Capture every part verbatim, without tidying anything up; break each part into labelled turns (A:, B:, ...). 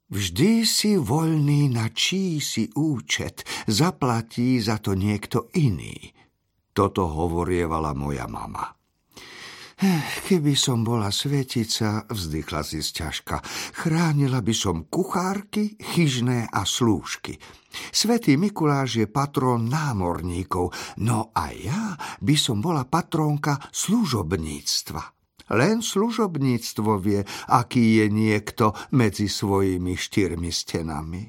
A: Vždy si voľný na čísi účet, zaplatí za to niekto iný. Toto hovorievala moja mama. Keby som bola svetica, vzdychla si sťažka, chránila by som kuchárky, chyžné a slúžky. Svätý Mikuláš je patrón námorníkov, no a ja by som bola patrónka služobníctva. Len služobníctvo vie, aký je niekto medzi svojimi štyrmi stenami.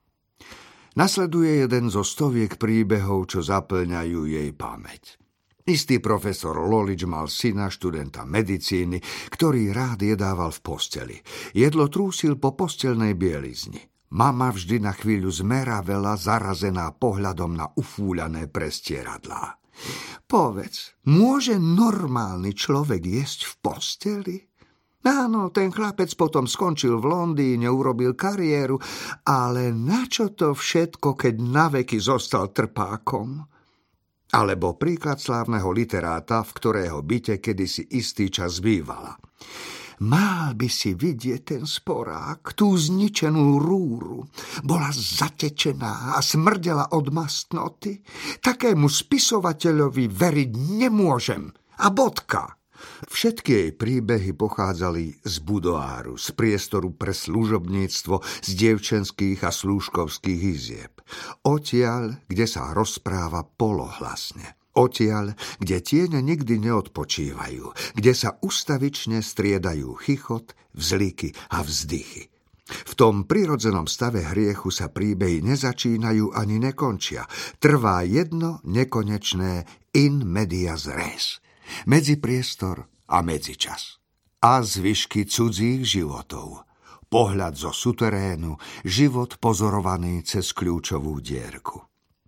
A: Nasleduje jeden zo stoviek príbehov, čo zaplňajú jej pamäť. Istý profesor Lolič mal syna, študenta medicíny, ktorý rád jedával v posteli. Jedlo trúsil po postelnej bielizni. Mama vždy na chvíľu zmeravela, zarazená pohľadom na ufúľané prestieradlá. Povedz, môže normálny človek jesť v posteli? Áno, ten chlapec potom skončil v Londýne, urobil kariéru, ale na čo to všetko, keď naveky zostal trpákom? Alebo príklad slávneho literáta, v ktorého byte kedysi istý čas bývala. Mal by si vidieť ten sporák, tú zničenú rúru. Bola zatečená a smrdela od mastnoty. Takému spisovateľovi veriť nemôžem. A bodka. Všetky jej príbehy pochádzali z budoáru, z priestoru pre služobníctvo, z dievčenských a slúžkovských izieb. Odtiaľ, kde sa rozpráva polohlasne. Odtiaľ, kde tiene nikdy neodpočívajú, kde sa ustavične striedajú chichot, vzliky a vzdychy. V tom prirodzenom stave hriechu sa príbehy nezačínajú ani nekončia. Trvá jedno nekonečné in medias res. Medzipriestor a medzičas. A zvyšky cudzích životov. Pohľad zo suterénu, život pozorovaný cez kľúčovú dierku.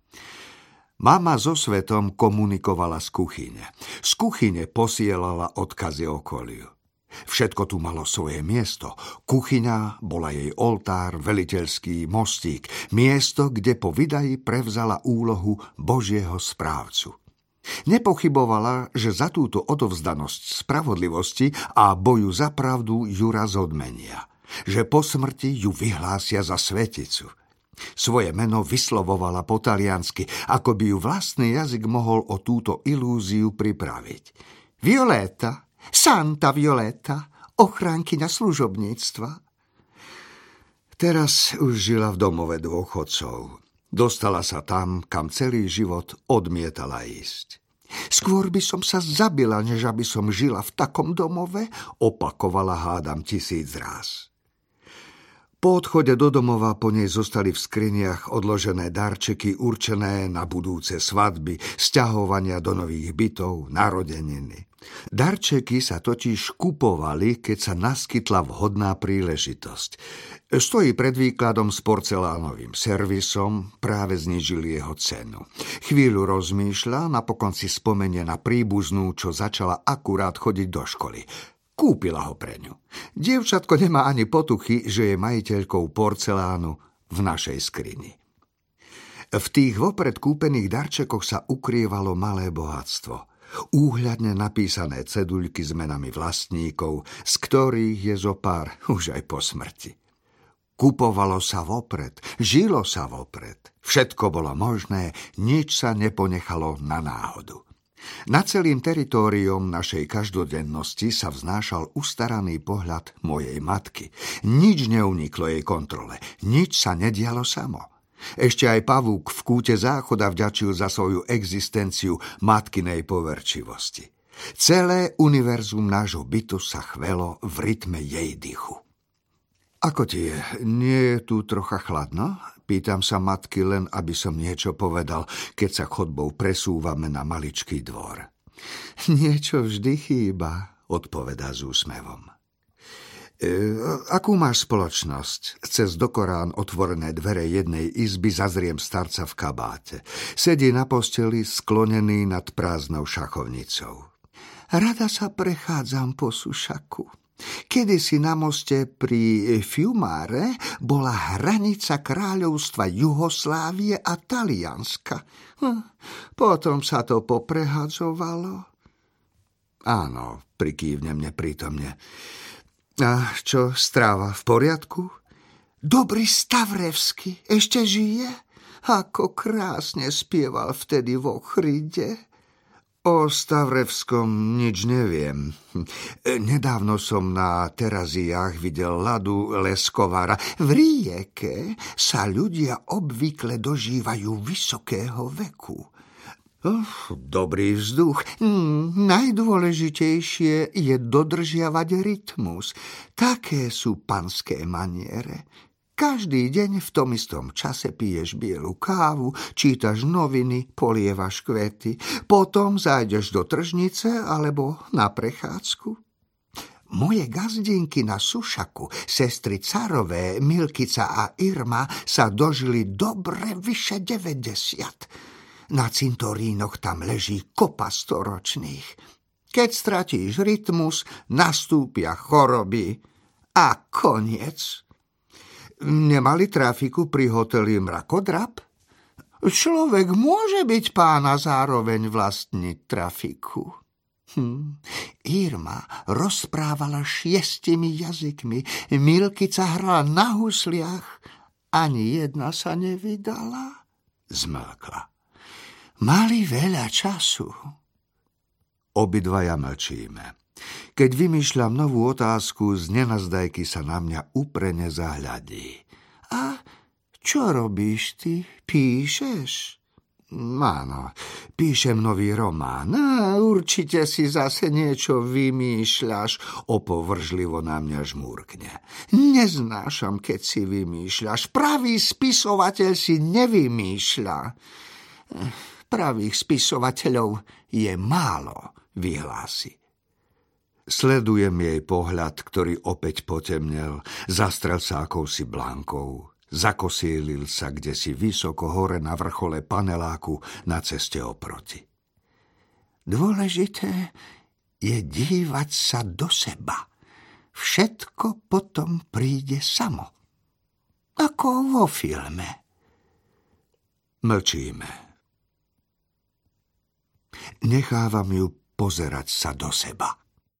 A: Mama so svetom komunikovala z kuchyne. Z kuchyne posielala odkazy okoliu. Všetko tu malo svoje miesto. Kuchyňa bola jej oltár, veliteľský mostík. Miesto, kde po vydaji prevzala úlohu Božieho správcu. Nepochybovala, že za túto odovzdanosť spravodlivosti a boju za pravdu ju raz odmenia. Že po smrti ju vyhlásia za sveticu. Svoje meno vyslovovala po taliansky, ako by ju vlastný jazyk mohol o túto ilúziu pripraviť. Violeta, Santa Violeta, ochránkyňa služobníctva. Teraz už žila v domove dôchodcov. Dostala sa tam, kam celý život odmietala ísť. Skôr by som sa zabila, než aby som žila v takom domove, opakovala hádam tisíc ráz. Po odchode do domova po nej zostali v skriniach odložené darčeky určené na budúce svadby, sťahovania do nových bytov, narodeniny. Darčeky sa totiž kupovali, keď sa naskytla vhodná príležitosť. Stojí pred výkladom s porcelánovým servisom, práve znížili jeho cenu. Chvíľu rozmýšľa, napokon si spomenie na príbuznú, čo začala akurát chodiť do školy. Kúpila ho pre ňu. Dievčatko nemá ani potuchy, že je majiteľkou porcelánu v našej skrini. V tých vopred kúpených darčekoch sa ukrývalo malé bohatstvo. Úhľadne napísané ceduľky s menami vlastníkov, z ktorých je zo pár už aj po smrti. Kupovalo sa vopred, žilo sa vopred. Všetko bolo možné, nič sa neponechalo na náhodu. Na celým teritóriom našej každodennosti sa vznášal ustaraný pohľad mojej matky. Nič neuniklo jej kontrole, nič sa nedialo samo. Ešte aj pavúk v kúte záchoda vďačil za svoju existenciu matkinej poverčivosti. Celé univerzum nášho bytu sa chvelo v rytme jej dychu. Ako ti je? Nie je tu trocha chladno? Pýtam sa matky, len aby som niečo povedal, keď sa chodbou presúvame na maličký dvor. Niečo vždy chýba, odpovedá s úsmevom. E, akú máš spoločnosť? Cez dokorán otvorené dvere jednej izby zazriem starca v kabáte. Sedí na posteli sklonený nad prázdnou šachovnicou. Rada sa prechádzam po sušaku. Kedysi na moste pri Fiumare bola hranica kráľovstva Juhoslávie a Talianska. Hm, potom sa to poprehadzovalo. Áno, prikývnem neprítomne. A čo, stráva v poriadku? Dobrý Stavrevský ešte žije? Ako krásne spieval vtedy v Ochryde. O Stavrevskom nič neviem. Nedávno som na Teraziách videl Ladu Leskovára. V rieke sa ľudia obvykle dožívajú vysokého veku. Oh, dobrý vzduch. Hmm, najdôležitejšie je dodržiavať rytmus. Také sú panské maniere. Každý deň v tom istom čase piješ bielu kávu, čítaš noviny, polievaš kvety, potom zájdeš do tržnice alebo na prechádzku. Moje gazdinky na Sušaku, sestry Carové, Milkica a Irma sa dožili dobre vyše deväťdesiat. Na cintorínoch tam leží kopa storočných. Keď stratíš rytmus, nastúpia choroby a koniec. Nemali trafiku pri hoteli Mrakodrap? Človek môže byť pána zároveň vlastniť trafiku. Hm. Irma rozprávala šiestimi jazykmi, Milkica hrala na husliach, ani jedna sa nevydala. Zmlkla. Mali veľa času. Obidvaja mlčíme. Keď vymýšľam novú otázku, z nenazdajky sa na mňa úprene zahľadí. A čo robíš ty? Píšeš? Áno, píšem nový román. A určite si zase niečo vymýšľaš, opovržlivo na mňa žmúrkne. Neznášam, keď si vymýšľaš. Pravý spisovateľ si nevymýšľa. Pravých spisovateľov je málo, vyhlási. Sledujem jej pohľad, ktorý opäť potemnel, zastrel sa akousi blankou, zakosílil sa kdesi vysoko hore na vrchole paneláku na ceste oproti. Dôležité je dívať sa do seba. Všetko potom príde samo. Ako vo filme. Mlčíme. Nechávam ju pozerať sa do seba.